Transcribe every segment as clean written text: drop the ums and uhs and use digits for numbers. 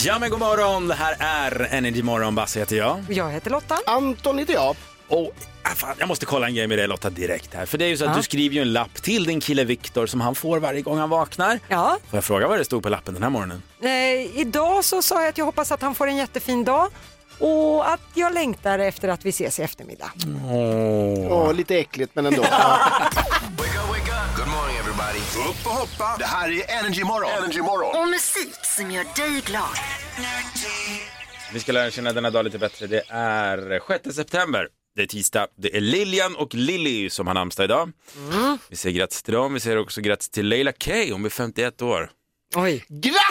Ja men god morgon, det här är Energy Morgon, Basse heter jag. Jag heter Lotta. Anton heter jag. Och fan, jag måste kolla en grej med dig Lotta direkt här. För det är ju så att du skriver ju en lapp till din kille Viktor som han får varje gång han vaknar. Ja. Får jag fråga vad det stod på lappen den här morgonen? Idag så sa jag att jag hoppas att han får en jättefin dag. Och att jag längtar efter att vi ses i eftermiddag. Lite äckligt men ändå. Wake up. Good morning everybody. Upp och hoppa. Det här är Energy Morgon. Energy Morgon. Och musik som gör dig glad. Vi ska lära känna denna dag lite bättre. Det är 6 september. Det är tisdag. Det är Lilian och Lily som har namnsdag idag. Vi säger grattis till dem. Vi säger också grattis till Leila K. Hon är 51 år. Oj.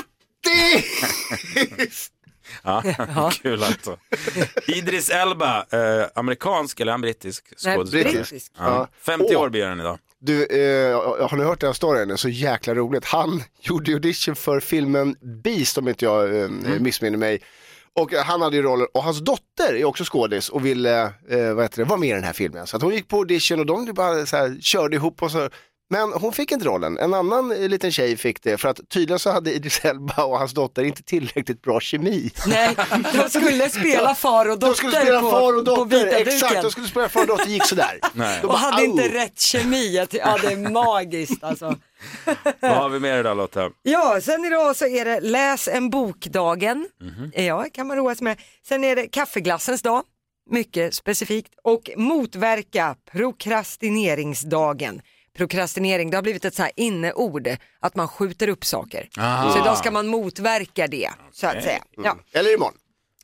Grattis! Ja, kul alltså. Idris Elba, amerikansk eller brittisk skådespelare. Brittisk. Ja. 50 år blir han idag. Du, har ni hört den här storyn? Det är så jäkla roligt. Han gjorde audition för filmen Beast, om inte jag missminner mig. Och han hade ju rollen, och hans dotter är också skådis och ville vara med i den här filmen. Så att hon gick på audition och de bara så här, körde ihop och så. Men hon fick inte rollen. En annan liten tjej fick det. För att tydligen så hade Idris Elba och hans dotter inte tillräckligt bra kemi. Nej, de skulle spela far och dotter. De skulle spela far och dotter, exakt. De skulle spela far och dotter, gick sådär. Nej. Och hade inte rätt kemi. Ja, det är magiskt alltså. Vad har vi med idag Lotta? Ja, sen idag så är det läs en bokdagen. Ja, kan man roa sig med. Sen är det kaffeglassens dag. Mycket specifikt. Och motverka prokrastineringsdagen. Prokrastinering, det har blivit ett så här inneord att man skjuter upp saker. Så idag ska man motverka det, så att säga. Ja. Eller imorgon.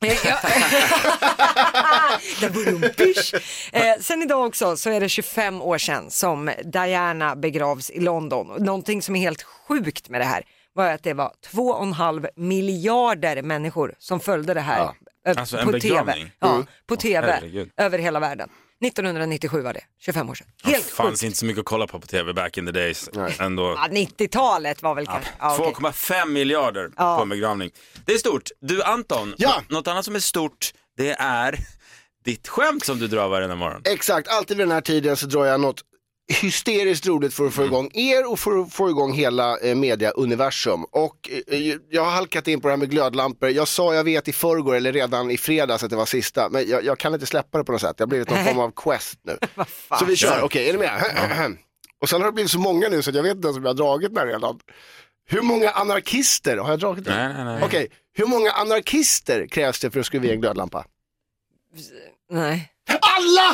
Sen idag också så är det 25 år sedan som Diana begravs i London. Och någonting som är helt sjukt med det här var att det var 2,5 miljarder människor som följde det här Alltså en på begravning? TV. Ja, på TV herregud. över hela världen. 1997 var det, 25 år sedan. Helt det fanns sjukt. inte så mycket att kolla på TV back in the days. Ändå. Ja, 90-talet var väl kanske. Ja, 2,5 miljarder på en begravning. Det är stort. Du Anton, något annat som är stort, det är ditt skämt som du drar varje morgon. Exakt, alltid vid den här tiden så drar jag något hysteriskt roligt för att få igång er och för att få igång hela media-universum. Och jag har halkat in på det här med glödlampor. Jag vet i förrgår eller redan i fredags att det var sista. Men jag kan inte släppa det på något sätt. Det har blivit någon form av quest nu. Så vi kör, okej, är ni med? Och sen har det blivit så många nu så jag vet inte ens om jag har dragit den redan. Hur många anarkister, har jag dragit den? Nej. Okej, hur många anarkister krävs det för att skruva i en glödlampa? Nej. Alla!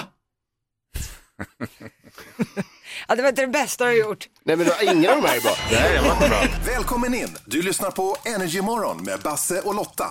Ja, det var inte det bästa jag har gjort. Nej, men ingen av de här är bra. Nej, det var inte bra. Välkommen in. Du lyssnar på Energy Morgon med Basse och Lotta.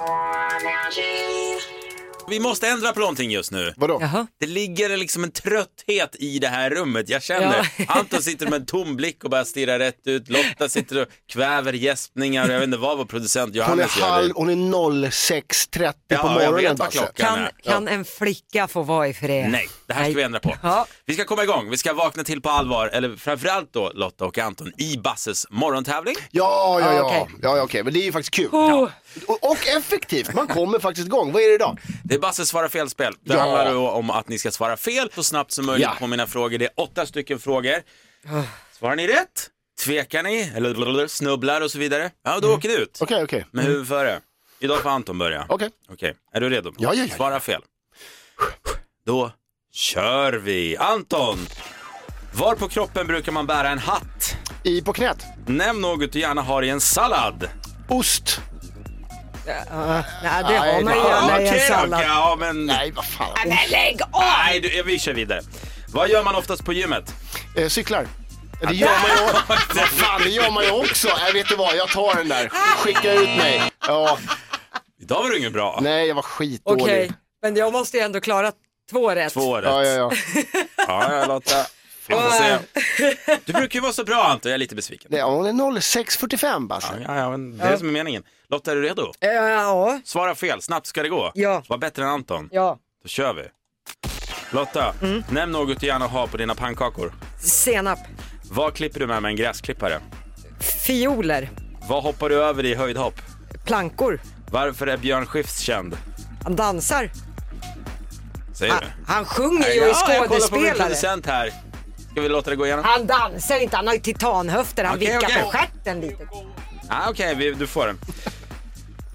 Vi måste ändra på någonting just nu. Vadå? Jaha. Det ligger liksom en trötthet i det här rummet. Jag känner, Anton sitter med en tom blick och bara stirrar rätt ut. Lotta sitter och kväver gäspningar. Jag vet inte vad vår producent Johannes gör. Hon är 06.30 på jag morgonen. vet vad klockan är. Kan en flicka få vara i fred? Nej, det här ska vi ändra på. Ja. Vi ska komma igång, vi ska vakna till på allvar. Eller framförallt då Lotta och Anton i Basses morgontävling. Ja, okej. Men det är ju faktiskt kul. Oh. Och effektivt, man kommer faktiskt igång. Vad är det idag? Det är Basses svara fel-spel. Det handlar då om att ni ska svara fel så snabbt som möjligt på mina frågor. Det är 8 stycken frågor. Svarar ni rätt? Tvekar ni? Eller snubblar och så vidare? Ja, då åker ni ut. Okej. Med huvud före. Idag får Anton börja. Okej. Är du redo? Ja. Svara fel. Då kör vi. Anton, var på kroppen brukar man bära en hatt? På knät. Nämn något du gärna har i en sallad. Ost. Nej, det har man gärna i en sallad. Ja, men... Nej, vad fan. Men lägg av! Nej, vi kör vidare. Vad gör man oftast på gymmet? Cyklar. Det gör man ju. Vad fan, det gör man ju också. Jag vet inte vad, jag tar den där. Skicka ut mig. Ja. Idag var du ingen bra. Nej, jag var skitdålig. Okej, men jag måste ju ändå klara 2 rätt. 2 rätt. Ja. Ja, Lotta. Vi får se. Du brukar ju vara så bra, Anton. Jag är lite besviken. Nej, hon är 06.45, Basse. Ja, men det är det som är meningen. Lotta, är du redo? Ja. Svara fel, snabbt ska det gå. Ja. Var bättre än Anton. Ja. Då kör vi. Lotta, nämn något du gärna har på dina pannkakor. Senap. Vad klipper du med en gräsklippare? Fioler. Vad hoppar du över i höjdhopp? Plankor. Varför är Björn Skifs känd? Han dansar. Säger du? Han sjunger ju i jag kollar på min skådespelare. producent här. Ska vi låta det gå igenom? Han dansar inte, han har ju titanhöfter. Han Okej, vickar okej. på stjärten lite. Okej, du får den.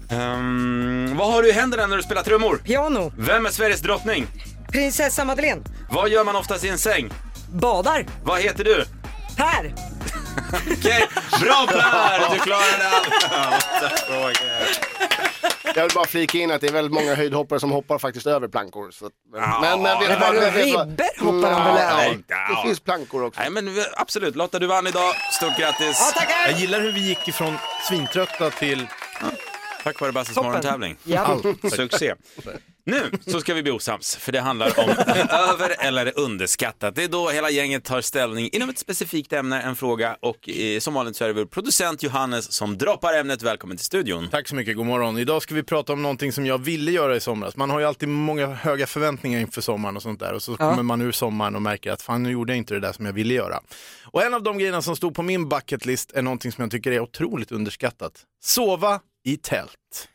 Vad har du i händerna när du spelar trummor? Piano. Vem är Sveriges drottning? Prinsessa Madeleine. Vad gör man oftast i en säng? Badar. Vad heter du? Per. Okej, bra Per! Du klarade allt. Jag vill bara flika in att det är väldigt många höjdhoppare som hoppar faktiskt över plankor. Så, Ja, ribbor hoppar de väl över? Det finns plankor också. Nej, men absolut. Lotta, du vann idag. Stort grattis. Ja, tackar. Jag gillar hur vi gick ifrån svintrötta till... Tack vare Basses Toppen. morgontävling. Ja. Succé. Nu så ska vi bli osams, för det handlar om över eller underskattat. Det är då hela gänget tar ställning inom ett specifikt ämne, en fråga, och som vanligt så är det vår producent Johannes som droppar ämnet. Välkommen till studion. Tack så mycket, god morgon. Idag ska vi prata om någonting som jag ville göra i somras. Man har ju alltid många höga förväntningar inför sommaren och sånt där. Och så kommer man ur sommaren och märker att fan, nu gjorde jag inte det där som jag ville göra. Och en av de grejerna som stod på min bucketlist är någonting som jag tycker är otroligt underskattat. Sova i tält.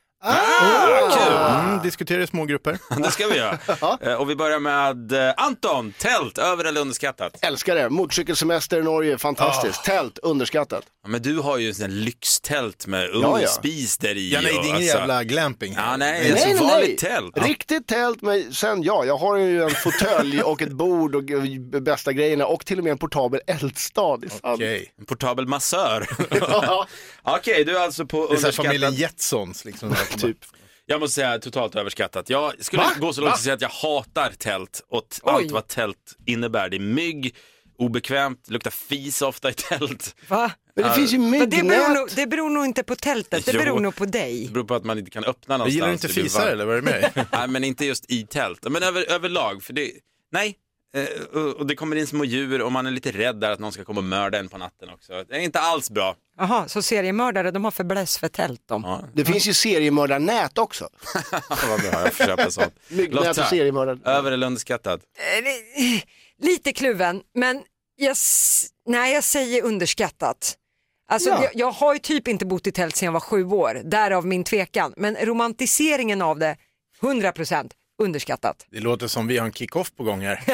Kul! Diskutera i små grupper. Det ska vi göra. Och vi börjar med Anton. Tält, över eller underskattat? Älskar det. Motorcykelsemester i Norge, fantastiskt. Tält, underskattat. Ja, men du har ju en sån här lyxtält med spis där i. Ja, nej, det är ingen jävla glamping. Ja, nej, det är så vanligt tält. Ja. Riktigt tält, men sen jag har ju en fåtölj och ett bord och bästa grejerna och till och med en portabel eldstad. Okej. En portabel massör. Okej, du är alltså på Det är så här underskattat. familjen Jetsons liksom. Typ. Jag måste säga totalt överskattat. Jag skulle gå så långt att säga att jag hatar tält och allt vad tält innebär. Det är mygg, obekvämt, luktar fis ofta i tält. Va? Men det finns ju myggnät. Det beror nog inte på tältet, det beror nog på dig. Det beror på att man inte kan öppna Jag någonstans. gillar inte Det blir fisar varmt. eller vad är det med? Nej, men inte just i tält. Men överlag, för det... Nej. Och det kommer in små djur och man är lite rädd där att någon ska komma och mörda en på natten också. Det är inte alls bra. Jaha, så seriemördare, de har fäbless för tält de. Ja. Det finns ju seriemördarnät också. Vad bra, jag får köpa sånt. Myggnät och seriemördare. Över eller underskattat? Lite kluven, men jag säger underskattat. Alltså jag har ju typ inte bott i tält sedan jag var 7 år, därav min tvekan. Men romantiseringen av det, 100% underskattat. Det låter som vi har en kick-off på gång här.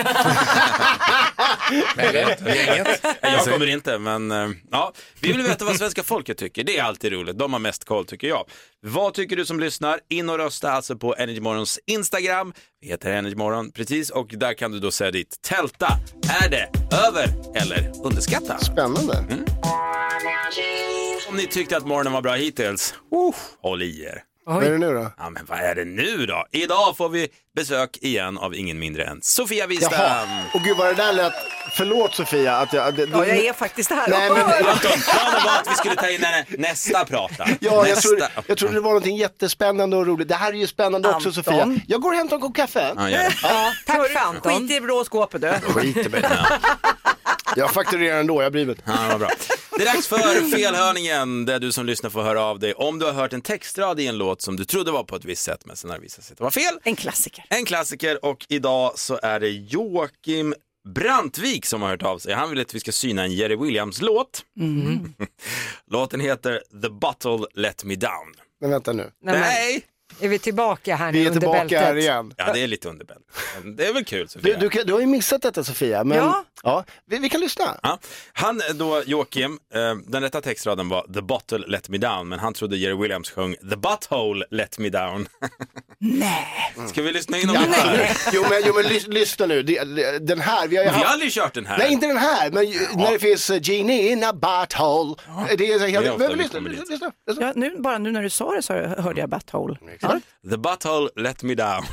Jag kommer inte, men ja, vi vill veta vad svenska folket tycker. Det är alltid roligt, de har mest koll tycker jag. Vad tycker du som lyssnar? In och rösta alltså på Energy Morgons Instagram. Vi heter Energy Morgon, precis, och där kan du då säga ditt tälta. Är det över eller underskattat? Spännande. Om ni tyckte att morgonen var bra hittills, håll i er. Vad är det nu då? Ja, men vad är det nu då? Idag får vi besök igen av ingen mindre än Sofia Wistam. Jaha, och gud vad det där lät. Förlåt Sofia att jag... Ja, jag är faktiskt här. Nej, men... Anton, planen var att vi skulle ta in henne nästa prata. Ja, nästa. jag trodde det var någonting jättespännande och roligt. Det här är ju spännande också, Anton. Sofia. Jag går och hämtar en kopp kaffe. Ja, gör det. Tack för Anton. Skit i det blå skåpet du. Skit i mig. Jag fakturerar ändå, jag bryr mig. Ja, vad bra. Det är dags för felhörningen, där du som lyssnar får höra av dig om du har hört en textrad i en låt som du trodde var på ett visst sätt men sen har det visat sig att det var fel. En klassiker. En klassiker, och idag så är det Joakim Brantvik som har hört av sig. Han vill att vi ska syna en Jerry Williams-låt. Låten heter The Bottle Let Me Down. Men vänta nu. Nej! Är vi tillbaka här nu Vi är under tillbaka bältet? här igen. Ja, det är lite underbält. Men det är väl kul, Sofia. Du har ju missat detta, Sofia. Men Ja. vi kan lyssna. Ja. Han då, Joakim, den rätta textraden var The Bottle Let Me Down, men han trodde Jerry Williams sjöng The Butthole Let Me Down. Nej. Ska vi lyssna in om den här? Jo men lyssna nu. Den här, vi har ju Vi har haft... aldrig kört den här. Nej, inte den här, men när det finns Genie in a butthole. Det är så Det är helt... ofta Men vi lyssna. kommer dit. Ja, nu när du sa det så hörde jag Butthole. Ja. The Butthole Let Me Down.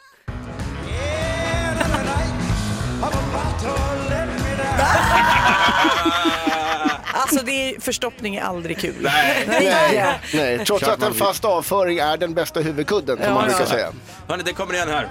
Alltså förstoppning är aldrig kul. Nej, trots att en fast avföring är den bästa huvudkudden, som man brukar säga. Hörrni, det kommer igen här.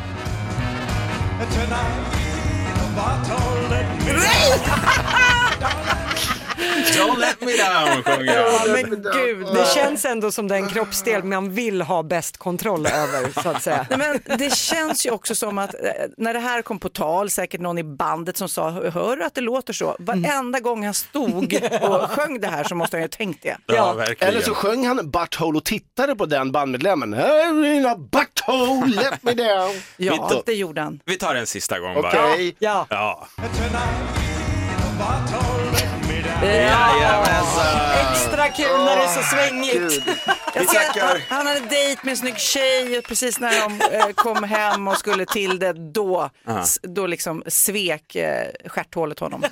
Don't let me down, sjunger Ja, jag. men gud, det känns ändå som den kroppsdel man vill ha bäst kontroll över, så att säga. Nej, men det känns ju också som att när det här kom på tal, säkert någon i bandet som sa, hör du att det låter så? Varenda gång han stod och sjöng det här så måste han ju ha tänkt det. Ja, verkligen. Eller så sjöng han Butthole och tittade på den bandmedlemmen. Hey, in a butthole, let me down. Ja, det gjorde han. Vi tar en sista gång bara. Okej. Ja. Ja. Extra kul när det är så svängigt. Jag ser att han hade dejt med en snygg tjej och precis när de kom hem och skulle till det, då liksom svek stjärthålet honom.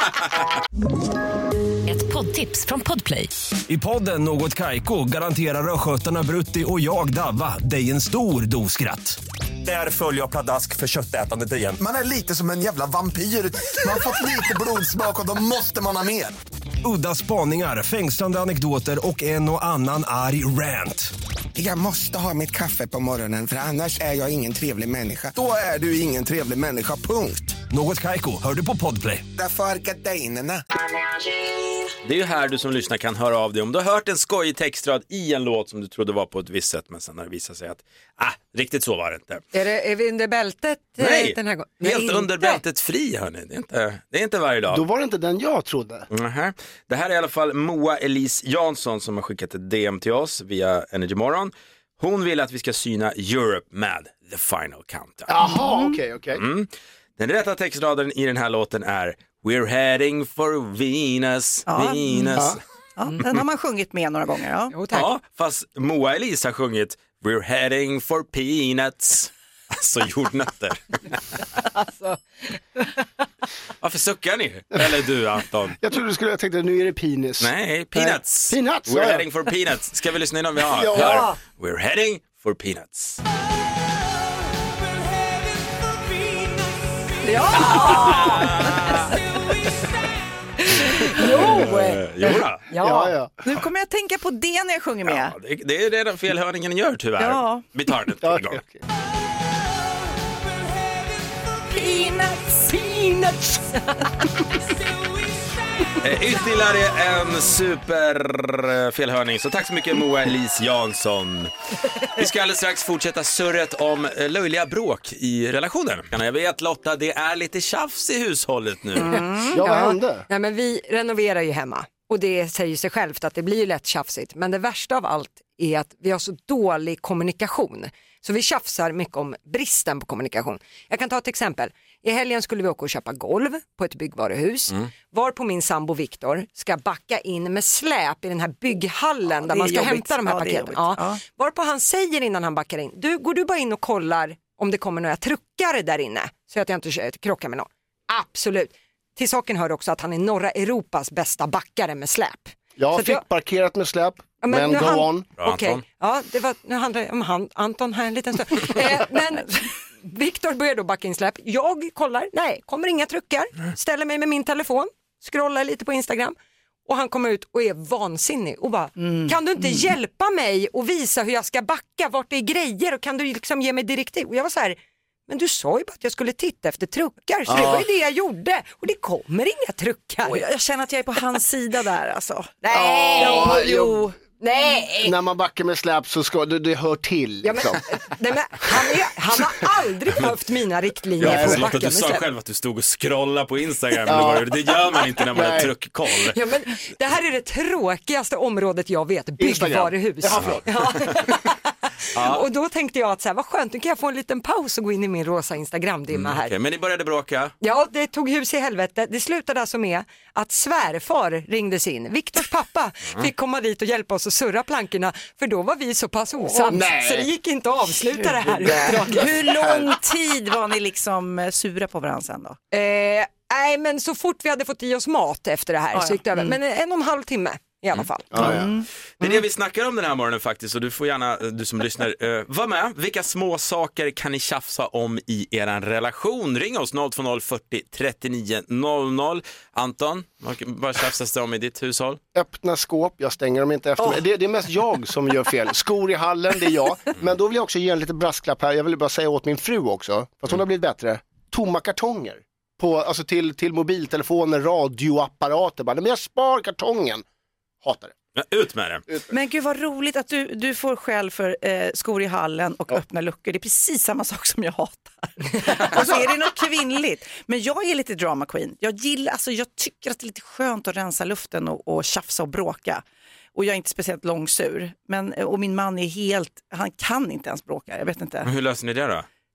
Ett poddtips från Podplay. I podden Något Kaiko garanterar röskötarna Brutti och jag Davva dig en stor doskratt. Där följer jag pladask för köttätandet igen. Man är lite som en jävla vampyr. Man har fått lite blodsmak och då måste man ha mer. Udda spaningar, fängslande anekdoter och en och annan arg rant. Jag måste ha mitt kaffe på morgonen för annars är jag ingen trevlig människa. Då är du ingen trevlig människa, punkt. Något Kaiko, hör du på Podplay. Därför är gardinerna. Det är ju här du som lyssnar kan höra av dig om du har hört en skojig textrad i en låt som du trodde var på ett visst sätt, men sen har det visat sig att riktigt så var det inte. Är vi under bältet den här gången? Helt under bältet fri, hörni. Det är inte varje dag. Då var det inte den jag trodde. Det här är i alla fall Moa Elise Jansson som har skickat ett DM till oss via Energy Morgon. Hon vill att vi ska syna Europe med The Final Countdown. Jaha, okej. Den rätta textraden i den här låten är We're heading for Venus, Venus. Ja, den har man sjungit med några gånger. Ja. Jo, tack. Ja, fast Moa Elise har sjungit We're heading for peanuts. Alltså jordnötter. Alltså. Varför suckar ni? Eller du, Anton? Jag trodde jag tänkte nu är det penis. Nej, peanuts. Peanuts, We're ja. heading for peanuts. Ska vi lyssna innan vi har? Ja. Hör. We're heading for peanuts. Ja. Nu kommer jag att tänka på det när jag sjunger med. Ja, det är redan felhörningen gör tyvärr. Ja. Vi tar den en gång. Okay. Peanuts. Ytterligare en super felhörning. Så tack så mycket Moa Elise Jansson. Vi ska alldeles strax fortsätta surret om löjliga bråk i relationen. Jag vet Lotta, det är lite tjafs i hushållet nu. Ja, vad hände? Nej, men vi renoverar ju hemma och det säger sig självt att det blir ju lätt tjafsigt. Men det värsta av allt är att vi har så dålig kommunikation. Så vi tjafsar mycket om bristen på kommunikation. Jag kan ta ett exempel. I helgen skulle vi åka och köpa golv på ett byggvaruhus. Var på min sambo Viktor ska backa in med släp i den här bygghallen där man ska hämta de här paketen. Var på han säger innan han backar in. Går du bara in och kollar om det kommer några truckare där inne så att jag inte krockar med någon? Absolut. Till saken hör också att han är norra Europas bästa backare med släp. Jag fick parkerat med släp, men go on. Okej, ja, det var, nu handlar det om Anton här en liten stund. Men Viktor börjar då backa in släp. Jag kollar, nej, kommer inga truckar. Ställer mig med min telefon, scrollar lite på Instagram. Och han kommer ut och är vansinnig och bara, kan du inte hjälpa mig och visa hur jag ska backa, vart det är grejer och kan du liksom ge mig direktiv? Och jag var så här, men du sa ju bara att jag skulle titta efter truckar, så det var ju det jag gjorde. Och det kommer inga truckar. Och jag känner att jag är på hans sida där alltså. Nej, jo. Nej. När man backar med släp så ska det hör till. Liksom. Men han har aldrig behövt mina riktlinjer för att backa Du med sa släp. själv att du stod och scrollade på Instagram. Det gör man inte när man har truckkoll. Ja, men det här är det tråkigaste området jag vet, byggvaruhus. Ja. Och då tänkte jag att så här, vad skönt, nu kan jag få en liten paus och gå in i min rosa Instagram-dimma här. Okay, men ni började bråka? Ja, det tog hus i helvete. Det slutade alltså med att svärfar ringdes in. Viktors pappa fick komma dit och hjälpa oss att surra plankorna, för då var vi så pass osams. Så det gick inte att avsluta det här uppdraget. Hur lång tid var ni liksom sura på varandra sen då? Nej, men så fort vi hade fått i oss mat efter det här så gick det över. Men 1,5 timme i alla fall. Det är det vi snackar om den här morgonen faktiskt, och du får gärna, du som lyssnar, vara med. Vilka små saker kan ni tjafsa om i er relation? Ring oss 020 40 39 00. Anton, vad tjafsas det om i ditt hushåll? Öppna skåp, jag stänger dem inte efter mig. Det är mest jag som gör fel. Skor i hallen, det är jag. Men då vill jag också ge en lite brasklapp här. Jag vill bara säga åt min fru också, fast hon har blivit bättre. Tomma kartonger. Alltså till mobiltelefoner, radioapparater. Men jag spar kartongen. Hatar det. Ja, ut med det. Men gud vad roligt att du får skäll för skor i hallen och öppna luckor. Det är precis samma sak som jag hatar. Och så är det något kvinnligt. Men jag är lite drama queen. Jag tycker att det är lite skönt att rensa luften och tjafsa och bråka. Och jag är inte speciellt långsur. Och min man är han kan inte ens bråka, jag vet inte. Men hur löser ni det då?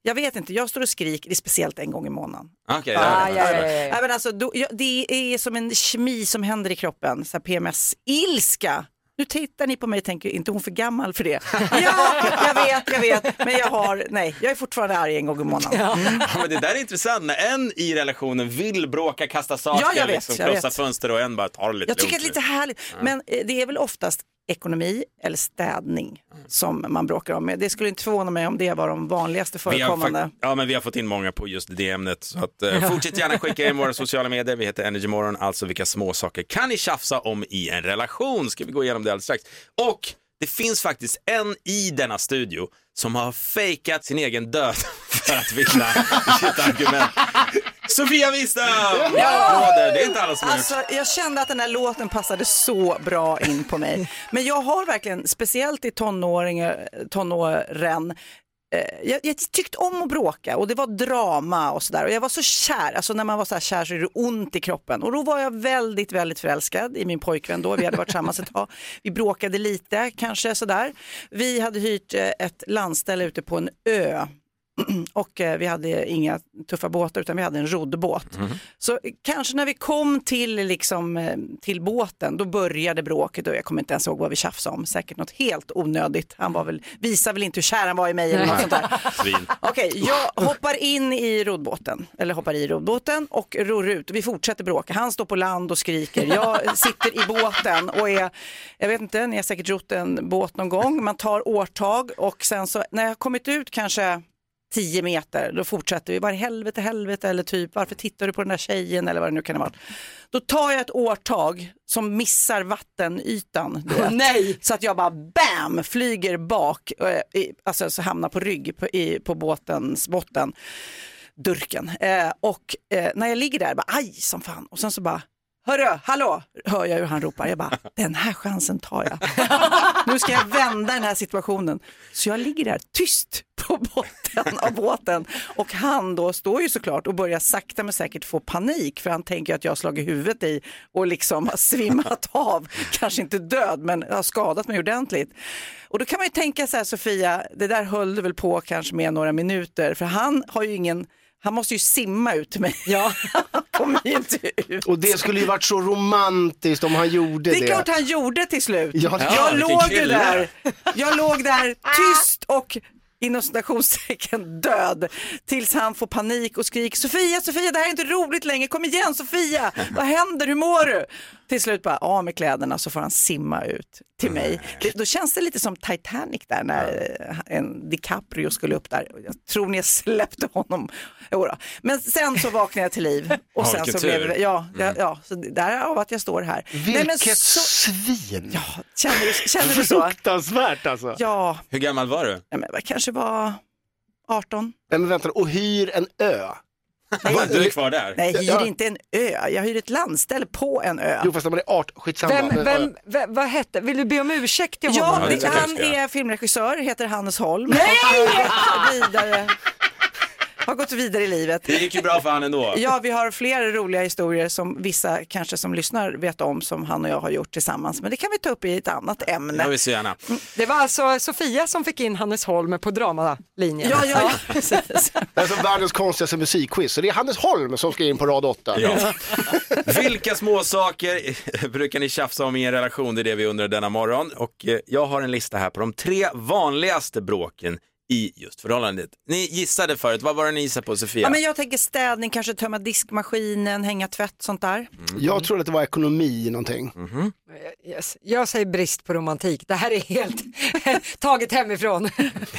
Jag vet inte, jag står och skriker, det är speciellt en gång i månaden. Okej, Ja, men alltså, det är som en kemi som händer i kroppen, så här PMS-ilska. Nu tittar ni på mig och tänker, inte hon för gammal för det? Ja, jag vet, men jag är fortfarande arg en gång i månaden. Ja, men det där är intressant, när en i relationen vill bråka, kasta saker, liksom, krossa fönster och en bara tar det lite Jag tycker att det är lite härligt, men det är väl oftast ekonomi eller städning som man bråkar om. Det skulle inte förvåna mig om det var de vanligaste förekommande. Men vi har fått in många på just det ämnet, så att, fortsätt gärna skicka in våra sociala medier. Vi heter Energy Morgon, alltså vilka små saker kan ni tjafsa om i en relation? Ska vi gå igenom det alldeles strax. Och det finns faktiskt en i denna studio som har fejkat sin egen död för att vinna sitt argument. Sofia Wistam! Ja! Det är inte alla som alltså, jag kände att den här låten passade så bra in på mig. Men jag har verkligen, speciellt i tonåren, jag tyckte om att bråka och det var drama och sådär. Och jag var så kär, alltså när man var så här kär så är det ont i kroppen. Och då var jag väldigt, väldigt förälskad i min pojkvän då. Vi hade varit tillsammans ett tag. Vi bråkade lite, kanske sådär. Vi hade hyrt ett landställe ute på en ö. Och vi hade inga tuffa båtar utan vi hade en roddbåt. Så kanske när vi kom till båten, då började bråket och jag kommer inte ens ihåg vad vi tjafsade om. Säkert något helt onödigt. Han visade väl inte hur kär han var i mig eller något sånt där. Okej, jag hoppar i roddbåten och ror ut. Vi fortsätter bråka. Han står på land och skriker. Jag sitter i båten och jag vet inte, ni har säkert rott en båt någon gång. Man tar årtag och sen så när jag kommit ut kanske 10 meter, då fortsätter vi bara helvete eller typ, varför tittar du på den där tjejen eller vad det nu kan vara. Då tar jag ett årtag som missar vattenytan. Nej! Så att jag bara bam, flyger bak, alltså så hamnar på rygg på båtens botten, durken. Och när jag ligger där, bara aj som fan. Och sen så bara, hörru, hallå, hör jag hur han ropar. Jag bara, den här chansen tar jag. Nu ska jag vända den här situationen. Så jag ligger där tyst på botten av båten. Och han då står ju såklart och börjar sakta men säkert få panik. För han tänker att jag har slagit huvudet i och liksom har svimmat av. Kanske inte död, men har skadat mig ordentligt. Och då kan man ju tänka så här, Sofia, det där höll du väl på kanske med några minuter. För han har ju han måste ju simma ut till mig. Ja. Han kommer ju inte ut. Och det skulle ju varit så romantiskt om han gjorde det. Det är klart han gjorde till slut. Ja, Jag låg där tyst och inom citationstecken död tills han får panik och skriker Sofia, det här är inte roligt längre, kom igen Sofia, vad händer, hur mår du? Till slut bara av med kläderna så får han simma ut till mig. Då känns det lite som Titanic där när en DiCaprio skulle upp där. Jag tror ni släppte honom. Men sen så vaknade jag till liv och sen så blev det så där av att jag står här. Vilket svin. Ja, känner du så? Fruktansvärt alltså. Ja. Hur gammal var du? Ja, men kanske var 18. Men vänta, och hyr en ö. Du är kvar där? Nej, hyr inte en ö. Jag hyr ett landställe på en ö. Jo, fast när man är 18, skitsamma. Vad hette? Vill du be om ursäkt till honom? Ja, han är filmregissör, heter Hannes Holm. Nej! Har gått vidare i livet. Det gick ju bra för han ändå. Ja, vi har flera roliga historier som vissa kanske som lyssnar vet om som han och jag har gjort tillsammans. Men det kan vi ta upp i ett annat ämne. Ja, vi ser gärna. Det var alltså Sofia som fick in Hannes Holm på dramalinjen. Ja, precis. Det är som världens konstigaste musikquiz. Så det är Hannes Holm som ska in på rad 8. Ja. Vilka små saker brukar ni tjafsa om i en relation? Det är det vi undrar denna morgon. Och jag har en lista här på de 3 vanligaste bråken i just förhållandet. Ni gissade förut, vad var det ni gissade på, Sofia? Ja, men jag tänker städning, kanske tömma diskmaskinen, hänga tvätt, sånt där. Jag tror att det var ekonomi någonting. Yes. Jag säger brist på romantik. Det här är helt taget hemifrån.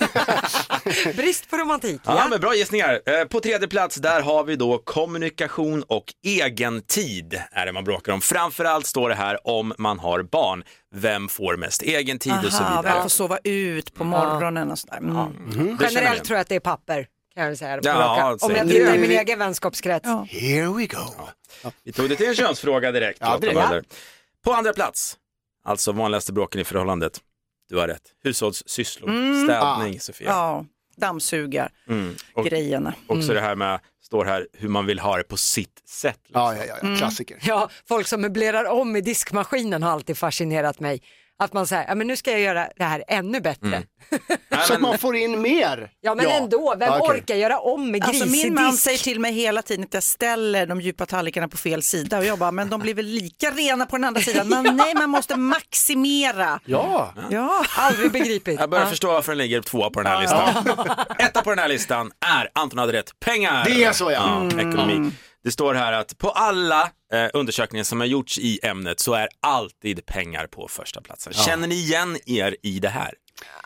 Brist på romantik. Ja, men bra gissningar. På 3:e plats, där har vi då kommunikation och egen tid är det man bråkar om. Framförallt står det här om man har barn. Vem får mest egen tid och så vidare. Vem får sova ut på morgonen och sådär. Generellt tror jag att det är papper. Kan jag säga. Om jag tittar i min egen vänskapskrets. Ja. Here we go. Vi tog det till en könsfråga direkt. På 2:a plats, alltså vanligaste bråken i förhållandet. Du har rätt. Hushållssysslor, städning, Sofia. Ja, dammsugar, grejerna. Också det här med, står här, hur man vill ha det på sitt sätt. Liksom. Ja, klassiker. Ja, folk som möblerar om i diskmaskinen har alltid fascinerat mig. Att man säger, men nu ska jag göra det här ännu bättre. Så att man får in mer. Ja men ändå, vem orkar göra om med Alltså grisigdisk? min man säger till mig hela tiden att jag ställer de djupa tallrikarna på fel sida och jag bara, men de blir väl lika rena på den andra sidan. Men nej, man måste maximera. Ja. Aldrig begripit. Jag börjar förstå varför den ligger 2 på den här listan. 1 på den här listan är Anton hade rätt, pengar. Det är så ekonomi. Det står här att på alla undersökningar som har gjorts i ämnet så är alltid pengar på första platsen. Känner ni igen er i det här?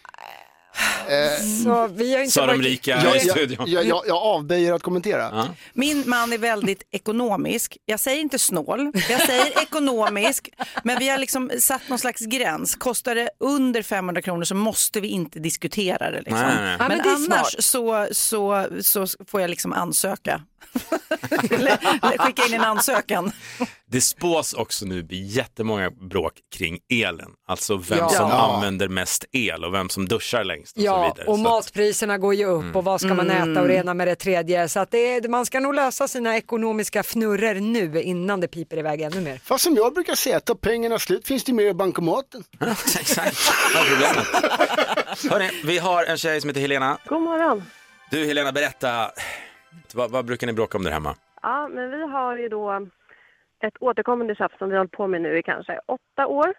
Så vi har inte Sa de rika i studion. Jag avböjer att kommentera. Min man är väldigt ekonomisk. Jag säger inte snål, jag säger ekonomisk. Men vi har liksom satt någon slags gräns. Kostar det under 500 kronor så måste vi inte diskutera det. Liksom. Nej. Men, men det är annars så får jag liksom ansöka. Skicka in en ansökan. Det spås också nu bli jättemånga bråk kring elen. Alltså vem som använder mest el och vem som duschar längst och så vidare. Och matpriserna går ju upp och vad ska man äta och det ena med det tredje. Så att man ska nog lösa sina ekonomiska fnurror nu innan det piper iväg ännu mer. Fast som jag brukar säga, ta pengarna slut finns det mer i bankomaten. Exakt, vad är problemet? Hörrni, vi har en tjej som heter Helena. God morgon. Du Helena, berätta, vad brukar ni bråka om där hemma? Ja, men vi har ju då ett återkommande tjafs som vi har hållit på med nu i kanske 8 år.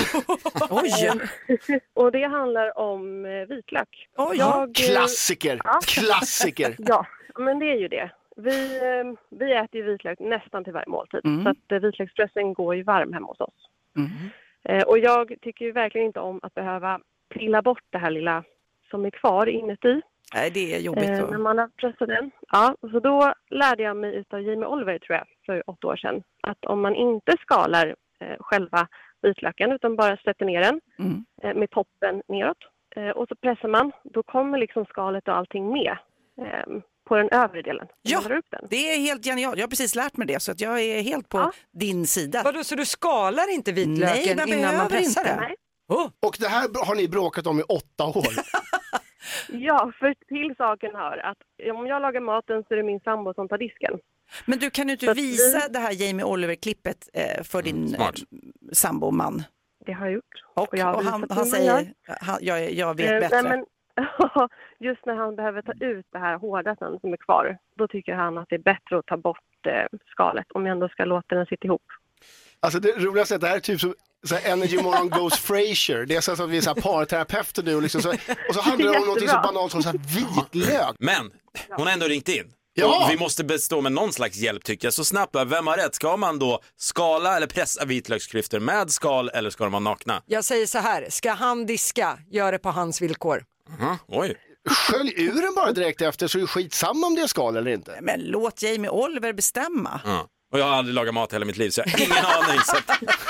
Oj! Och det handlar om vitlök. Klassiker! Klassiker! Ja, men det är ju det. Vi äter ju vitlök nästan till varje måltid. Så att vitlöksdressing går ju varm hemma hos oss. Och jag tycker ju verkligen inte om att behöva trilla bort det här lilla som är kvar inuti. Nej, det är jobbigt. När man har pressat den. Ja, så då lärde jag mig utav Jamie Oliver, tror jag, för 8 år sedan. Att om man inte skalar själva vitlöken utan bara sätter ner den med toppen neråt. Och så pressar man, då kommer liksom skalet och allting med på den övre delen. Ja, upp den. det är helt genialt. Jag har precis lärt mig det så att jag är helt på din sida. Vadå, så du skalar inte vitlöken innan man pressar den? Nej. Och det här har ni bråkat om i 8 år. Ja, för till saken hör att om jag lagar maten så är det min sambo som tar disken. Men du kan ju inte visa det här Jamie Oliver-klippet för din sambo-man. Det har jag gjort. Och han säger, jag vet bättre. Nej, men, just när han behöver ta ut det här hårda som är kvar, då tycker han att det är bättre att ta bort skalet om jag ändå ska låta den sitta ihop. Alltså det roligaste är att det här är typ som så Energy Morgon Goes Frasier. Det är så att vi är så här parterapeuter nu. Liksom, och så handlar det om något så banalt som så här vitlök. Men hon har ändå ringt in. Ja. Och vi måste bestå med någon slags hjälp tycker jag. Så snabbt, vem har rätt? Ska man då skala eller pressa vitlöksklyftor med skal eller ska de vara nakna? Jag säger så här, ska han diska, gör det på hans villkor. Oj. Skölj ur den bara direkt efter så är det skitsamma om det är skal eller inte. Men låt Jamie Oliver bestämma. Och jag har aldrig lagat mat hela mitt liv så jag har ingen aning. Så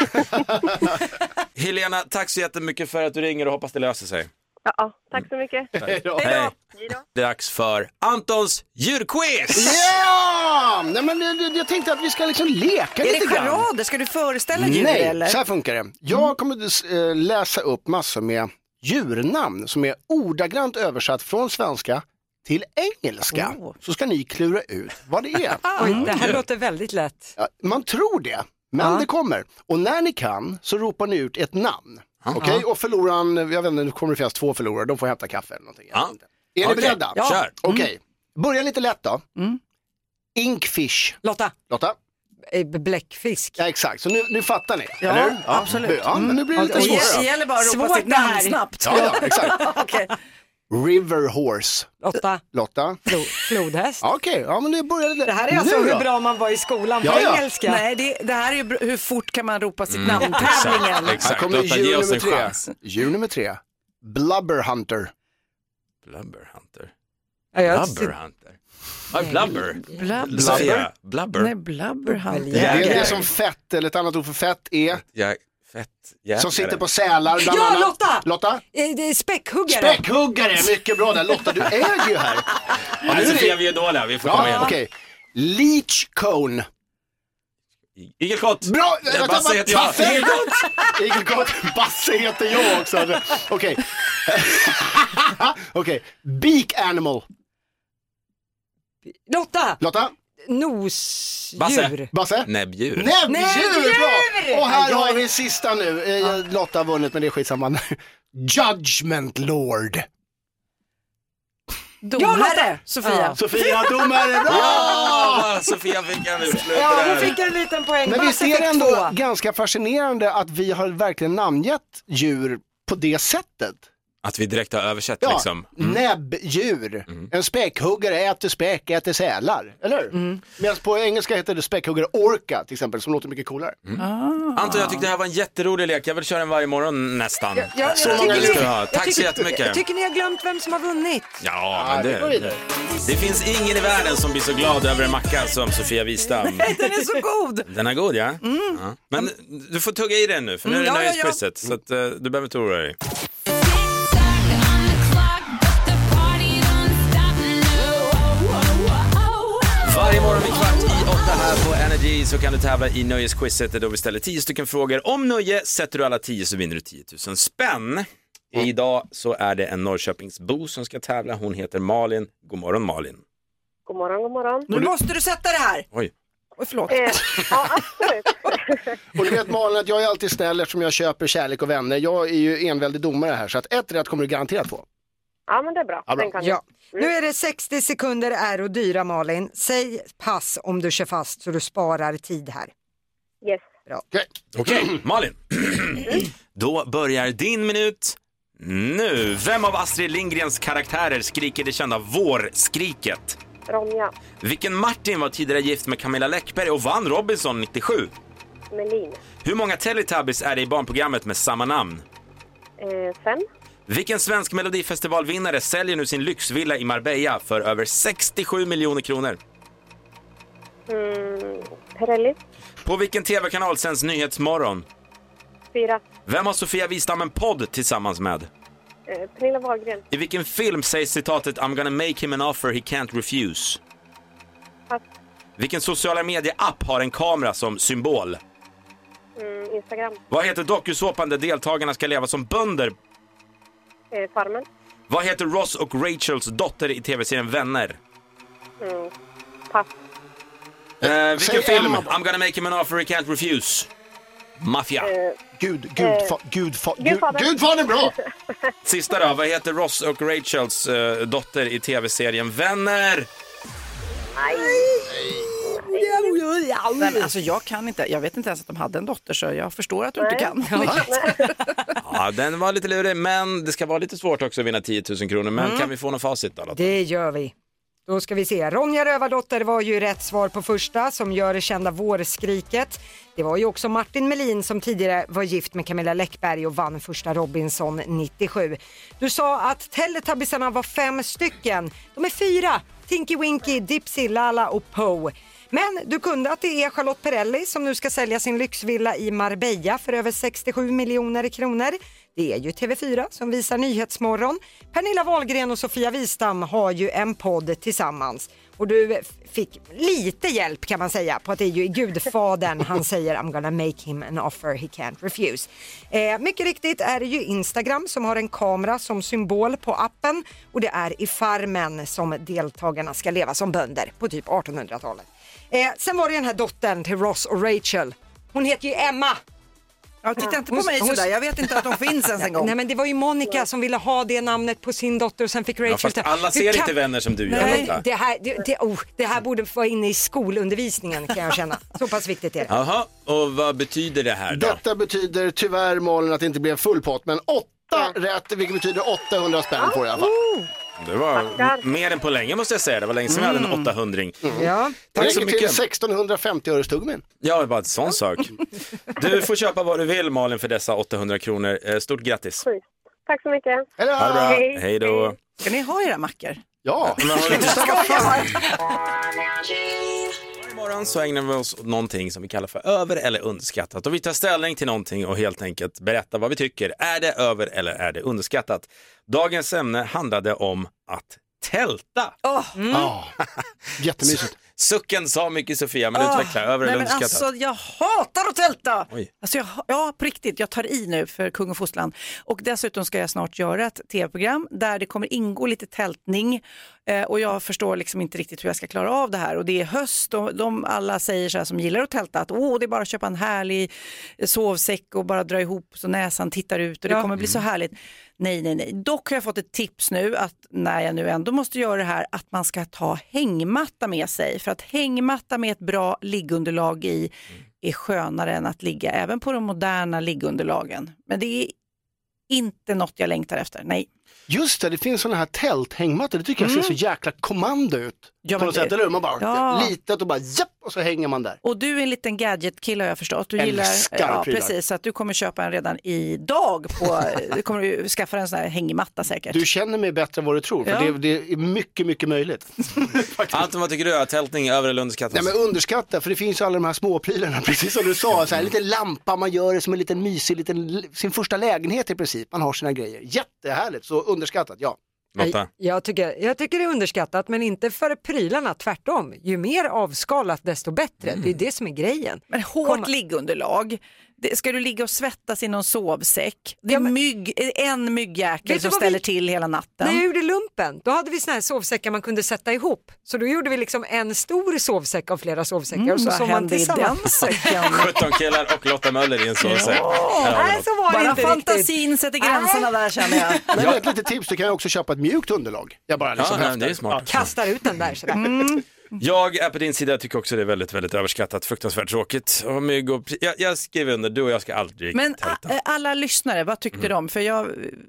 Helena, tack så jättemycket för att du ringer och hoppas det löser sig. Ja, tack så mycket. Hej då. Hej. Det är dags för Antons djurquiz! Ja! Nej, men jag tänkte att vi ska liksom leka lite grann. Är det charader? Ska du föreställa djur eller? Nej, så här funkar det. Jag kommer läsa upp massor med djurnamn som är ordagrant översatt från svenska till engelska. Så ska ni klura ut vad det är. Oj, det här låter väldigt lätt. Ja, man tror det, men det kommer. Och när ni kan så ropar ni ut ett namn. Okej, och förloraren, jag vet inte, nu kommer det finnas 2 förlorare, de får hämta kaffe eller någonting. Är ni beredda? Ja. Kör. Okej, börja lite lätt då. Inkfish. Lotta. Bläckfisk. Ja, exakt. Så nu fattar ni, Ja, eller hur? absolut. Ja, men nu blir det lite svårare. Det gäller bara att ropa sitt namn snabbt. Ja, exakt. Okej. River horse. Lotta. Flodhäst. Okej, ja men nu börjar det. Det här är alltså hur bra man var i skolan på engelska. Nej, det här är ju hur fort kan man ropa sitt namn. Tävlingen. Här kommer djur nummer 3. Djur nummer 3. Blubberhunter. Blubberhunter. Blubberhunter. Blubber. Blubber. Nej, blubberhunter. Det är som fett, eller ett annat ord för fett är... Som sitter på sälar bland annat. Lotta? Späckhuggare. Späckhuggare, mycket bra där. Lotta, du äger ju här. Ja, nu ser vi är dåliga, vi får komma igen. Okej. Leech cone. Igelkott. Bra! Basse heter jag. Igelkott. Basse heter jag också. Okej. Okej. Beak animal. Lotta. Nosdjur. Basse? Näbbdjur. Näbbdjur! Bra! Och här har vi sista nu. Lotta har vunnit, men det är skitsamma. Judgment Lord. Domare, Sofia. Sofia, domare, bra! Ja, Sofia fick en utslutning. Ja, hon fick en liten poäng. Men visst är det ändå 2. ganska fascinerande att vi har verkligen namngett djur på det sättet. Att vi direkt har översatt Ja, liksom. näbbdjur. En späckhuggare äter sälar, eller? Medan på engelska heter det späckhuggare orca till exempel, som låter mycket coolare. Anton, jag tyckte det här var en jätterolig lek. Jag vill köra den varje morgon nästan. Så många Det ska du ha. Tack så jättemycket. Jag tycker ni har glömt vem som har vunnit. Ja, men det finns ingen i världen som blir så glad över en macka som Sofia Wistam. Nej, den är så god. Den är god, ja. Ja. Men du får tugga i den nu, för nu är det nöjesquizet. Så att, du behöver inte oroa dig. Varje morgon vid 7:15 här på Energy så kan du tävla i nöjesquizet då vi ställer 10 stycken frågor. Om nöje sätter du alla 10 så vinner du 10 000 spänn. Idag så är det en Norrköpingsbo som ska tävla. Hon heter Malin. God morgon, Malin. God morgon, god morgon. Nu måste du sätta det här. Oj. Oj, förlåt. Ja, absolut. Och du vet Malin att jag är alltid snäll eftersom jag köper kärlek och vänner. Jag är ju enväldig domare här, så att ett rätt kommer du garanterat få. Ja, men det är bra. Ja, bra. Den kan Ja. Nu är det 60 sekunder är och dyra, Malin. Säg pass om du kör fast så du sparar tid här. Yes. Bra. Okej, Malin. Då börjar din minut nu. Vem av Astrid Lindgrens karaktärer skriker det kända vårskriket? Ronja. Vilken Martin var tidigare gift med Camilla Läckberg och vann Robinson 97? Melin. Hur många Teletubbies är det i barnprogrammet med samma namn? 5. Vilken svensk melodifestivalvinnare säljer nu sin lyxvilla i Marbella för över 67 miljoner kronor? Perelli. På vilken tv-kanal sänds Nyhetsmorgon? 4. Vem har Sofia Wistam en podd tillsammans med? Pernilla Wahlgren. I vilken film sägs citatet I'm gonna make him an offer he can't refuse? Pass. Vilken sociala medie-app har en kamera som symbol? Instagram. Vad heter dokusåpan där deltagarna ska leva som bönder? Farmen. Vad heter Ross och Rachels dotter i tv-serien Vänner? Pass. Vilken film? I'm gonna make him an offer he can't refuse. Mafia. Gudfadern, bra! Sista då, vad heter Ross och Rachels dotter i tv-serien Vänner? Men alltså jag kan inte, jag vet inte ens att de hade en dotter, så jag förstår att du inte kan. Ja, den var lite lurig, men det ska vara lite svårt också att vinna 10 000 kronor. Men kan vi få någon facit då? Det gör vi. Då ska vi se. Ronja Rövardotter var ju rätt svar på första, som gör det kända vårskriket. Det var ju också Martin Melin som tidigare var gift med Camilla Läckberg och vann första Robinson 97. Du sa att Teletubbiesarna var 5 stycken. De är 4. Tinky Winky, Dipsy, Lala och Poe. Men du kunde att det är Charlotte Perrelli som nu ska sälja sin lyxvilla i Marbella för över 67 miljoner kronor. Det är ju TV4 som visar Nyhetsmorgon. Pernilla Wahlgren och Sofia Wistam har ju en podd tillsammans. Och du fick lite hjälp kan man säga på att det är ju Gudfadern han säger I'm gonna make him an offer he can't refuse. Mycket riktigt är det ju Instagram som har en kamera som symbol på appen. Och det är i Farmen som deltagarna ska leva som bönder på typ 1800-talet. Sen var det den här dottern till Ross och Rachel. Hon heter ju Emma. Ja, titta inte på mig sådär, jag vet inte att de finns ens en gång. Nej, men det var ju Monica som ville ha det namnet på sin dotter och sen fick Rachel. Ja, fast alla ser inte Vänner som du gör. Nej, det här borde få in i skolundervisningen kan jag känna. Så pass viktigt är det. Jaha, och vad betyder det här då? Detta betyder tyvärr, Malin, att det inte blev full pott, men 8 rätt, vilket betyder 800 spänn på det i alla fall. Det var mer än på länge måste jag säga. Det var länge sedan vi hade en 800. Ja. Tack så mycket. Till 1650 öre stugmin. Ja, bara en sån sak. Du får köpa vad du vill, Malin, för dessa 800 kronor. Stort grattis. Tack så mycket. Ha det bra. Hej då. Ska ni ha era mackor? Ja. Imorgon så ägnar vi oss åt någonting som vi kallar för över- eller underskattat. Och vi tar ställning till någonting och helt enkelt berättar vad vi tycker. Är det över eller är det underskattat? Dagens ämne handlade om att tälta. Jättemysigt. Sucken sa mycket Sofia, men utveckla över eller underskattat. Alltså, jag hatar att tälta. Oj. Alltså, på riktigt, jag tar i nu för Kung och Fosterland. Och dessutom ska jag snart göra ett tv-program där det kommer ingå lite tältning. Och jag förstår liksom inte riktigt hur jag ska klara av det här. Och det är höst och alla säger så här som gillar att tälta att det är bara att köpa en härlig sovsäck och bara dra ihop så näsan tittar ut och det kommer bli så härligt. Nej. Dock har jag fått ett tips nu att när jag nu ändå måste göra det här att man ska ta hängmatta med sig. För att hängmatta med ett bra liggunderlag i är skönare än att ligga även på de moderna liggunderlagen. Men det är inte något jag längtar efter, nej. Just det finns sådana här tälthängmattor, det tycker jag ser så jäkla kommando ut. Ja, på något sätt, eller hur? Man bara litet och bara japp, och så hänger man där. Och du är en liten gadget-kille har jag förstått. Du älskar gillar, prylar. precis, så att du kommer köpa en redan idag du kommer du skaffa en sån här hängmatta säkert. Du känner mig bättre än vad du tror, för det är mycket, mycket möjligt. Anton, vad tycker du? Tältning över eller underskattat? Nej, men underskatta, för det finns ju alla de här småprylarna, precis som du sa, så här, lite lampa, man gör det som en liten mysig, sin första lägenhet i princip, man har sina grejer. Jättehärligt, så underskattat, ja. Jag tycker det är underskattat, men inte för prylarna, tvärtom. Ju mer avskalat desto bättre. Det är det som är grejen. Men hårt liggunderlag. Ska du ligga och svettas i någon sovsäck? Det är en myggjäkel som ställer till hela natten. När jag gjorde lumpen, då hade vi såna här sovsäckar man kunde sätta ihop. Så då gjorde vi liksom en stor sovsäck av flera sovsäckar. Och så vad hände i den säcken? 17 killar och Lotta Möller i en sovsäck. Nej, så var det bara inte fantasin sätter gränserna där, känner jag. Men ett litet tips, du kan också köpa ett mjukt underlag. Jag bara liksom det är smart. Kastar ut den där sådär. Jag är på din sida, jag tycker också det är väldigt, väldigt överskattat, fruktansvärt tråkigt. Och mygg och jag skriver under, du och jag ska aldrig men tälta. Alla lyssnare, vad tyckte de? För jag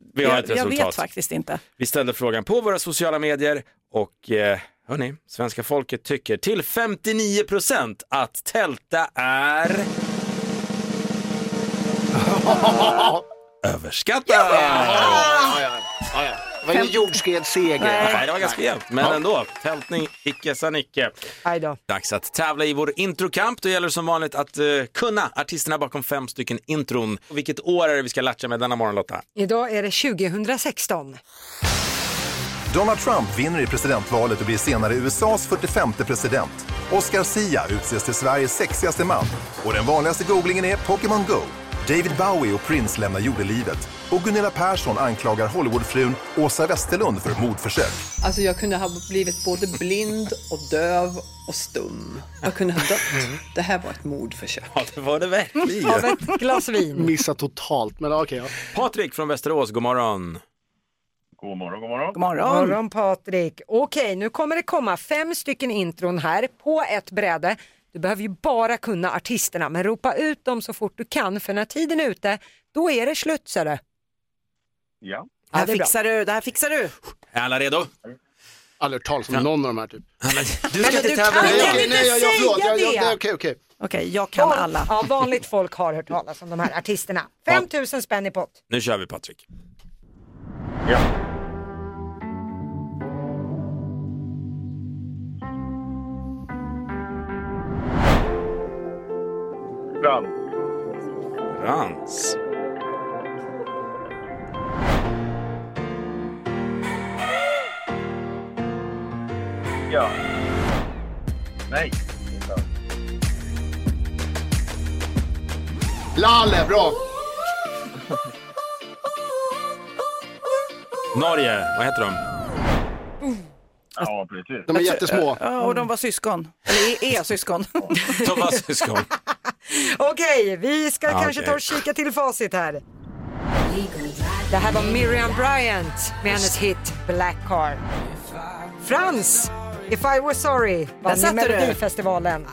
vet faktiskt inte. Vi ställde frågan på våra sociala medier och hörni, svenska folket tycker till 59% att tälta är överskattat. Det var en jordskredsseger. Nej, det var ganska jämnt, men ändå. Tältning, icke sa nicke. Dags att tävla i vår introkamp. Då gäller det som vanligt att kunna artisterna bakom 5 stycken intron. Och vilket år är det vi ska latcha med denna morgon, Lotta? Idag är det 2016. Donald Trump vinner i presidentvalet och blir senare USAs 45:e president. Oscar Sia utses till Sveriges sexigaste man. Och den vanligaste googlingen är Pokémon Go. David Bowie och Prince lämnar jordelivet. Och Gunilla Persson anklagar Hollywoodfrun Åsa Westerlund för mordförsök. Alltså jag kunde ha blivit både blind och döv och stum. Jag kunde ha dött. Det här var ett mordförsök. Ja, det var det verkligen. Av ett glas vin. Missa totalt, men okej. Patrik från Västerås, god morgon. God morgon. God morgon Patrik. Okej, nu kommer det komma 5 stycken intron här på ett bräde. Du behöver ju bara kunna artisterna, men ropa ut dem så fort du kan, för när tiden är ute, då är det slut, så det. Ja. Det här fixar du. Är alla redo? Aldrig talas om någon av de här typ. Du ska inte tävla. Okej, jag kan alla. Ja, vanligt folk har hört talas om de här artisterna. 5 000 spänn i pott. Nu kör vi, Patrik. Ja. Frans. Ja. Nej. Lalle, bra. Norge, vad heter de? Ja, precis. De är jättesmå. Och de var syskon. Eller är syskon. De var syskon. Okej, vi ska kanske ta och kika till facit här. Det här var Miriam Bryant med hennes hit Black Car. Frans, If I Was Sorry, vann i Melodifestivalen.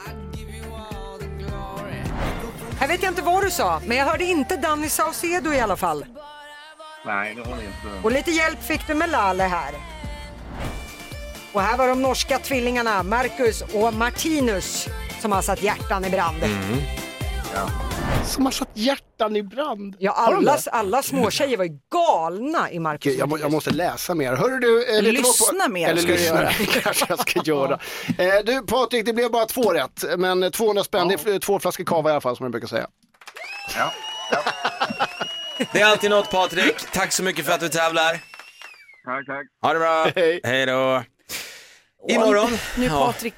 Jag vet inte vad du sa, men jag hörde inte Danny Saucedo i alla fall. Nej, det var det inte. Och lite hjälp fick du med Lalle här. Och här var de norska tvillingarna Marcus och Martinus som har satt hjärtan i brand. Ja. Som har satt hjärtan i brand. Ja, alla små tjejer var ju galna i Marcus. Jag måste läsa mer. Hörru du, lyssna mer ska du göra. Kanske jag ska göra. Du Patrik, det blev bara 2 rätt. Men 200 spänn, det är 2 flaskor kava i alla fall, som jag brukar säga. Ja. Det är alltid något, Patrik. Tack så mycket för att du tävlar. Tack. Ha det bra. Hej då. Imorgon. Nu är Patrik deppig.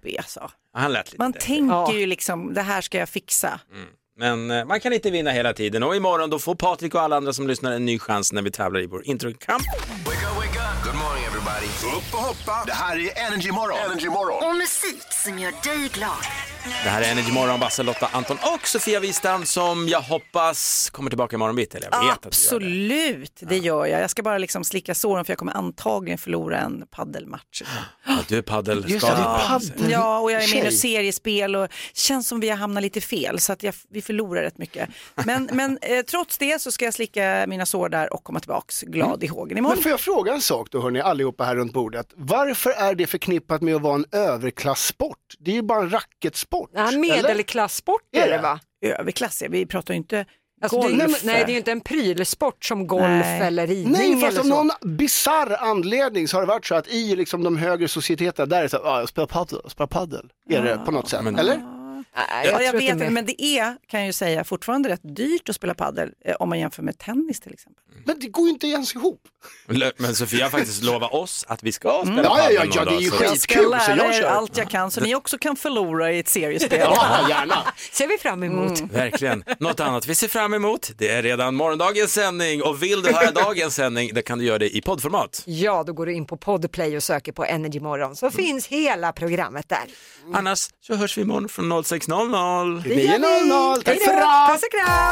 deppig alltså. Han lät lite Man deppig. tänker ju liksom, det här ska jag fixa. Men man kan inte vinna hela tiden. Och imorgon då får Patrik och alla andra som lyssnar en ny chans när vi tävlar i vår introkamp. Wake up. Good morning everybody. Upp och hoppa. Det här är Energy Morgon. Energy Morgon. Och musik som gör dig glad. Det här är Energy Morgon, Basse, Lotta, Anton och Sofia Wistam som jag hoppas kommer tillbaka imorgon bitti. Absolut, det gör jag. Jag ska bara liksom slicka såren för jag kommer antagligen förlora en paddelmatch. Ja, du är paddelskadad. Ja, och jag är med i seriespel och känns som vi har hamnat lite fel så att vi förlorar rätt mycket. Men trots det så ska jag slicka mina sår där och komma tillbaks glad i hågen imorgon. Men får jag fråga en sak då, hörni, allihopa här runt bordet. Varför är det förknippat med att vara en överklasssport? Det är ju bara en racketsport. Ja, medelklasssport är det, va? Överklass, vi pratar ju inte alltså, golf. Nej, det är ju inte en prylsport som golf eller ridning. Nej, fast eller av så. någon bizarr anledning så har det varit så att i liksom de högre societeterna där är det så här, jag spelar paddel. Är det på något sätt, eller? Jag vet inte, men det är, kan jag ju säga, fortfarande rätt dyrt att spela paddel om man jämför med tennis till exempel. Men det går ju inte ens ihop. Men Sofia har faktiskt lovat oss att vi ska spela paddel. Ja, det är ju skitkul. Jag ska lära er allt jag kan så ni också kan förlora i ett seriespel. Ja, gärna. Ser vi fram emot. Verkligen. Något annat vi ser fram emot, det är redan morgondagens sändning. Och vill du höra dagens sändning, då kan du göra det i poddformat. Ja, då går du in på Podplay och söker på Energy Morgon. Så finns hela programmet där. Annars så hörs vi imorgon från 06:00. 9:00. Tack för det. Puss och kram.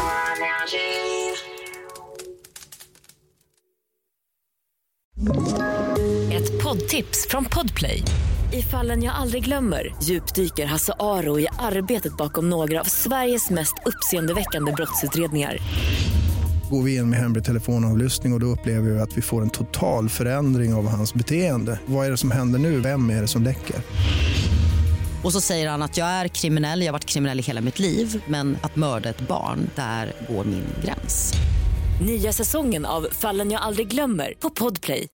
Ett poddtips från Podplay. I Fallen jag aldrig glömmer djupdyker Hasse Aro i arbetet bakom några av Sveriges mest uppseendeväckande brottsutredningar. Går vi in med hemlig telefonavlyssning och då upplever vi att vi får en total förändring av hans beteende. Vad är det som händer nu? Vem är det som läcker? Och så säger han att jag är kriminell, jag har varit kriminell i hela mitt liv. Men att mörda ett barn, där går min gräns. Nya säsongen av Fallen jag aldrig glömmer på Podplay.